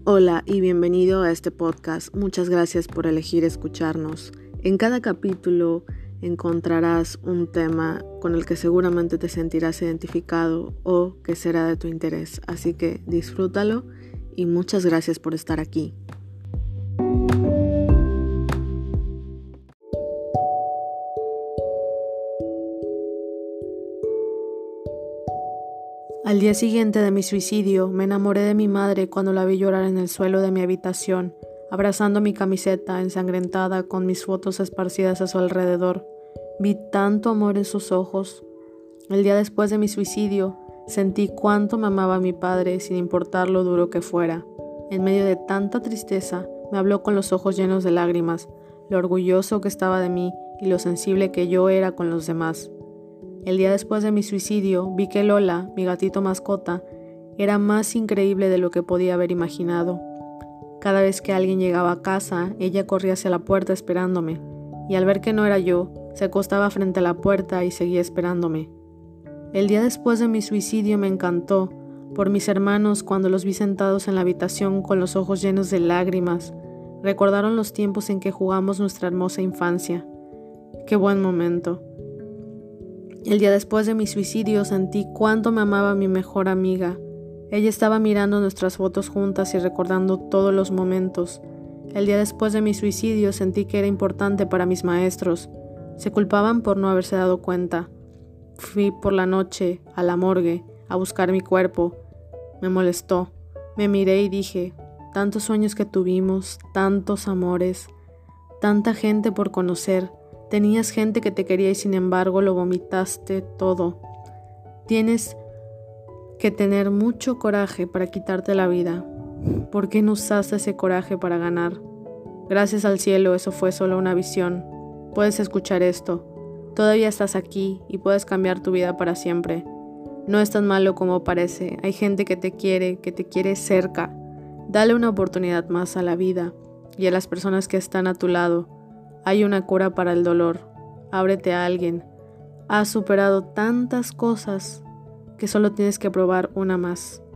Hola y bienvenido a este podcast. Muchas gracias por elegir escucharnos. En cada capítulo encontrarás un tema con el que seguramente te sentirás identificado o que será de tu interés. Así que disfrútalo y muchas gracias por estar aquí. Al día siguiente de mi suicidio, me enamoré de mi madre cuando la vi llorar en el suelo de mi habitación, abrazando mi camiseta ensangrentada con mis fotos esparcidas a su alrededor. Vi tanto amor en sus ojos. El día después de mi suicidio, sentí cuánto me amaba mi padre sin importar lo duro que fuera. En medio de tanta tristeza, me habló con los ojos llenos de lágrimas, lo orgulloso que estaba de mí y lo sensible que yo era con los demás. El día después de mi suicidio, vi que Lola, mi gatito mascota, era más increíble de lo que podía haber imaginado. Cada vez que alguien llegaba a casa, ella corría hacia la puerta esperándome, y al ver que no era yo, se acostaba frente a la puerta y seguía esperándome. El día después de mi suicidio me encantó por mis hermanos cuando los vi sentados en la habitación con los ojos llenos de lágrimas. Recordaron los tiempos en que jugamos nuestra hermosa infancia. ¡Qué buen momento! El día después de mi suicidio sentí cuánto me amaba mi mejor amiga. Ella estaba mirando nuestras fotos juntas y recordando todos los momentos. El día después de mi suicidio sentí que era importante para mis maestros. Se culpaban por no haberse dado cuenta. Fui por la noche a la morgue a buscar mi cuerpo. Me molestó. Me miré y dije, tantos sueños que tuvimos, tantos amores, tanta gente por conocer. Tenías gente que te quería y sin embargo lo vomitaste todo. Tienes que tener mucho coraje para quitarte la vida. ¿Por qué no usaste ese coraje para ganar? Gracias al cielo, eso fue solo una visión. Puedes escuchar esto. Todavía estás aquí y puedes cambiar tu vida para siempre. No es tan malo como parece. Hay gente que te quiere cerca. Dale una oportunidad más a la vida y a las personas que están a tu lado. Hay una cura para el dolor. Ábrete a alguien. Has superado tantas cosas que solo tienes que probar una más.